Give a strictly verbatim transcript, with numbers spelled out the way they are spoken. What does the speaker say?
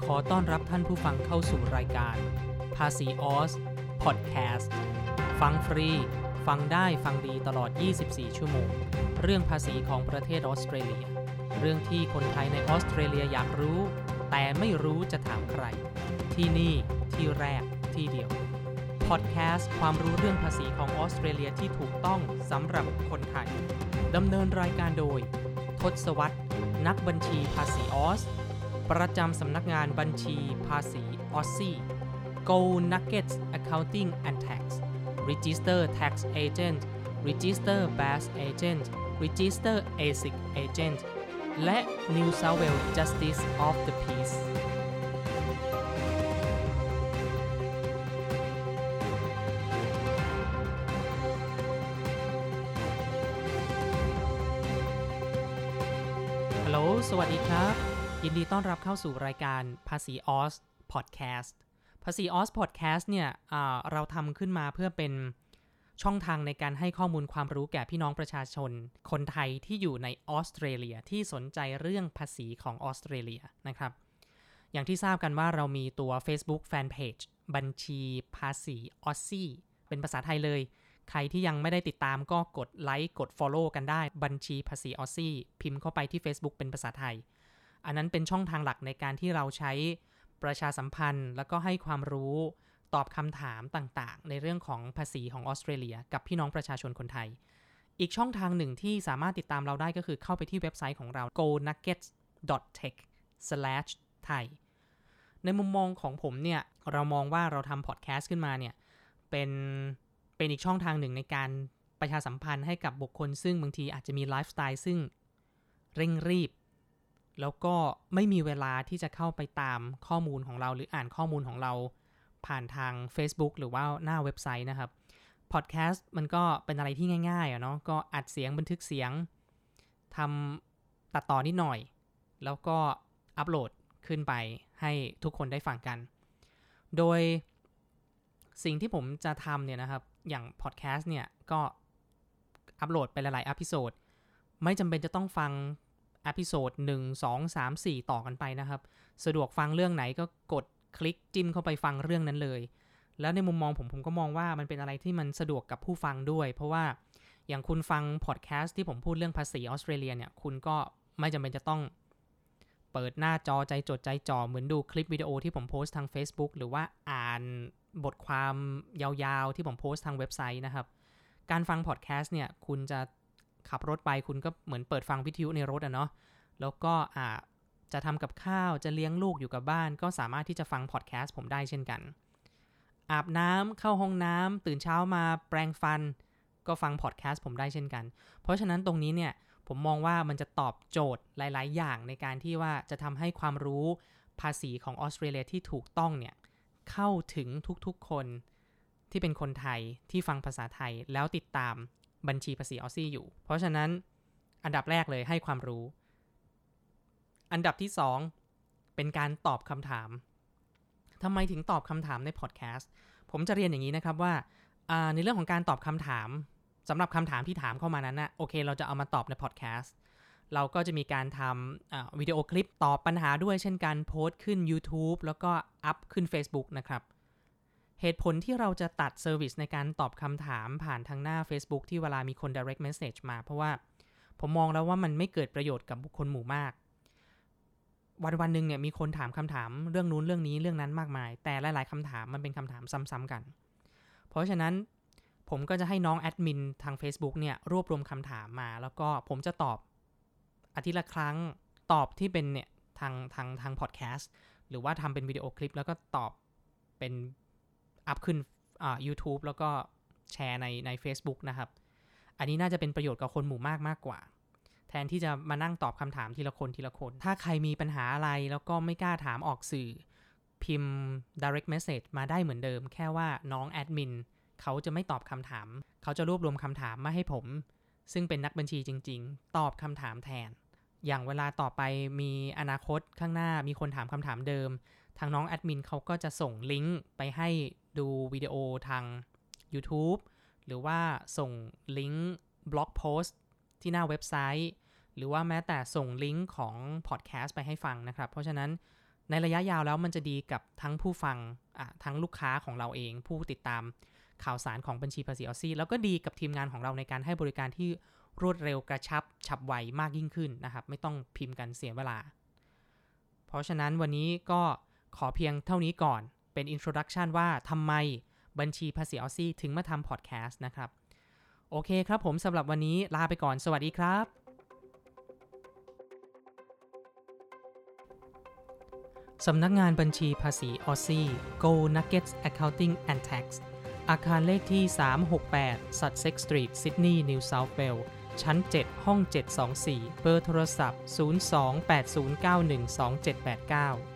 ขอต้อนรับท่านผู้ฟังเข้าสู่รายการภาษีออสพอดแคสต์ฟังฟรีฟังได้ฟังดีตลอดยี่สิบสี่ชั่วโมงเรื่องภาษีของประเทศออสเตรเลียเรื่องที่คนไทยในออสเตรเลียอยากรู้แต่ไม่รู้จะถามใครที่นี่ที่แรกที่เดียวพอดแคสต์ความรู้เรื่องภาษีของออสเตรเลียที่ถูกต้องสำหรับคนไทยดำเนินรายการโดยทศวรรษนักบัญชีภาษีออสประจำสำนักงานบัญชีภาษีออสซี่ Go Nuggets Accounting and Tax Register Tax Agent Register Bass Agent Register เอ เอ เอ ไอ Agent และ New South Wales Justice of the Peaceฮัลโหลสวัสดีครับยินดีต้อนรับเข้าสู่รายการภาษีออสพอดแคสต์ภาษีออสพอดแคสต์เนี่ยเราทำขึ้นมาเพื่อเป็นช่องทางในการให้ข้อมูลความรู้แก่พี่น้องประชาชนคนไทยที่อยู่ในออสเตรเลียที่สนใจเรื่องภาษีของออสเตรเลียนะครับอย่างที่ทราบกันว่าเรามีตัว Facebook Fanpage บัญชีภาษีออสซี่เป็นภาษาไทยเลยใครที่ยังไม่ได้ติดตามก็กดไลค์กด follow กันได้บัญชีภาษีออสซี่พิมพ์เข้าไปที่ Facebook เป็นภาษาไทยอันนั้นเป็นช่องทางหลักในการที่เราใช้ประชาสัมพันธ์แล้วก็ให้ความรู้ตอบคำถามต่างๆในเรื่องของภาษีของออสเตรเลียกับพี่น้องประชาชนคนไทยอีกช่องทางหนึ่งที่สามารถติดตามเราได้ก็คือเข้าไปที่เว็บไซต์ของเรา โก นักเก็ตส์ ดอท เทค สแลช ไทย ในมุมมองของผมเนี่ยเรามองว่าเราทำพอดแคสต์ขึ้นมาเนี่ยเป็นเป็นอีกช่องทางหนึ่งในการประชาสัมพันธ์ให้กับบุคคลซึ่งบางทีอาจจะมีไลฟ์สไตล์ซึ่งเร่งรีบแล้วก็ไม่มีเวลาที่จะเข้าไปตามข้อมูลของเราหรืออ่านข้อมูลของเราผ่านทาง Facebook หรือว่าหน้าเว็บไซต์นะครับพอดแคสต์มันก็เป็นอะไรที่ง่ายๆอ่ะเนาะก็อัดเสียงบันทึกเสียงทำตัดต่อนิดหน่อยแล้วก็อัปโหลดขึ้นไปให้ทุกคนได้ฟังกันโดยสิ่งที่ผมจะทำเนี่ยนะครับอย่างพอดแคสต์เนี่ยก็อัปโหลดไปหลายๆอพิโซดไม่จำเป็นจะต้องฟังอพิโซดหนึ่ง สอง สาม สี่ต่อกันไปนะครับสะดวกฟังเรื่องไหนก็กดคลิกจิ้มเข้าไปฟังเรื่องนั้นเลยแล้วในมุมมองผมผมก็มองว่ามันเป็นอะไรที่มันสะดวกกับผู้ฟังด้วยเพราะว่าอย่างคุณฟังพอดแคสต์ที่ผมพูดเรื่องภาษีออสเตรเลียเนี่ยคุณก็ไม่จำเป็นจะต้องเปิดหน้าจอใจจดใจจ่อเหมือนดูคลิปวิดีโอที่ผมโพสต์ทาง Facebook หรือว่าอ่านบทความยาวๆที่ผมโพสต์ทางเว็บไซต์นะครับการฟังพอดแคสต์เนี่ยคุณจะขับรถไปคุณก็เหมือนเปิดฟังวิทยุในรถอ่ะเนาะแล้วก็อ่าจะทำกับข้าวจะเลี้ยงลูกอยู่กับบ้านก็สามารถที่จะฟังพอดแคสต์ผมได้เช่นกันอาบน้ำเข้าห้องน้ำตื่นเช้ามาแปรงฟันก็ฟังพอดแคสต์ผมได้เช่นกันเพราะฉะนั้นตรงนี้เนี่ยผมมองว่ามันจะตอบโจทย์หลายๆอย่างในการที่ว่าจะทำให้ความรู้ภาษีของออสเตรเลียที่ถูกต้องเนี่ยเข้าถึงทุกๆคนที่เป็นคนไทยที่ฟังภาษาไทยแล้วติดตามบัญชีภาษีออสซี่อยู่เพราะฉะนั้นอันดับแรกเลยให้ความรู้อันดับที่สองเป็นการตอบคำถามทำไมถึงตอบคำถามในพอดแคสต์ผมจะเรียนอย่างนี้นะครับว่าในเรื่องของการตอบคำถามสำหรับคำถามที่ถามเข้ามานั้นนะโอเคเราจะเอามาตอบในพอดแคสต์เราก็จะมีการทำวิดีโอคลิปตอบปัญหาด้วยเช่นการโพสต์ขึ้น YouTube แล้วก็อัพขึ้น Facebook นะครับเหตุผลที่เราจะตัดเซอร์วิสในการตอบคำถามผ่านทางหน้า Facebook ที่เวลามีคน direct message มาเพราะว่าผมมองแล้วว่ามันไม่เกิดประโยชน์กับบุคคลหมู่มากวันวันหนึ่งเนี่ยมีคนถามคำถามเรื่องนู้นเรื่องนี้เรื่องนั้นมากมายแต่หลายๆคำถามมันเป็นคำถามซ้ำๆกันเพราะฉะนั้นผมก็จะให้น้องแอดมินทาง Facebook เนี่ยรวบรวมคำถามมาแล้วก็ผมจะตอบอาทิตย์ละครั้งตอบที่เป็นเนี่ยทางทางทางพอดแคสต์หรือว่าทำเป็นวิดีโอคลิปแล้วก็ตอบเป็นอัพขึ้นอ่า YouTube แล้วก็แชร์ในใน Facebook นะครับอันนี้น่าจะเป็นประโยชน์กับคนหมู่มากมากกว่าแทนที่จะมานั่งตอบคำถามทีละคนทีละคนถ้าใครมีปัญหาอะไรแล้วก็ไม่กล้าถามออกสื่อพิมพ์ direct message มาได้เหมือนเดิมแค่ว่าน้องแอดมินเขาจะไม่ตอบคำถามเขาจะรวบรวมคำถามมาให้ผมซึ่งเป็นนักบัญชีจริงๆตอบคำถามแทนอย่างเวลาต่อไปมีอนาคตข้างหน้ามีคนถามคำถามเดิมทางน้องแอดมินเขาก็จะส่งลิงก์ไปให้ดูวิดีโอทาง YouTube หรือว่าส่งลิงก์บล็อกโพสต์ที่หน้าเว็บไซต์หรือว่าแม้แต่ส่งลิงก์ของพอดแคสต์ไปให้ฟังนะครับเพราะฉะนั้นในระยะยาวแล้วมันจะดีกับทั้งผู้ฟังอ่ะทั้งลูกค้าของเราเองผู้ติดตามข่าวสารของบัญชีภาษีออสซี่แล้วก็ดีกับทีมงานของเราในการให้บริการที่รวดเร็วกระชับฉับไวมากยิ่งขึ้นนะครับไม่ต้องพิมพ์กันเสียเวลาเพราะฉะนั้นวันนี้ก็ขอเพียงเท่านี้ก่อนเป็น introduction ว่าทำไมบัญชีภาษีออสซี่ถึงมาทำพอดแคสต์นะครับโอเคครับผมสำหรับวันนี้ลาไปก่อนสวัสดีครับสำนักงานบัญชีภาษีออสซี่ Go Nuggets Accounting and Tax อาคารเลขที่สามหกแปด Sussex Street Sydney New South Wales ชั้นเจ็ดห้องเจ็ดสองสี่เบอร์โทรศัพท์ศูนย์ สอง แปด ศูนย์ เก้า หนึ่ง สอง เจ็ด แปด เก้า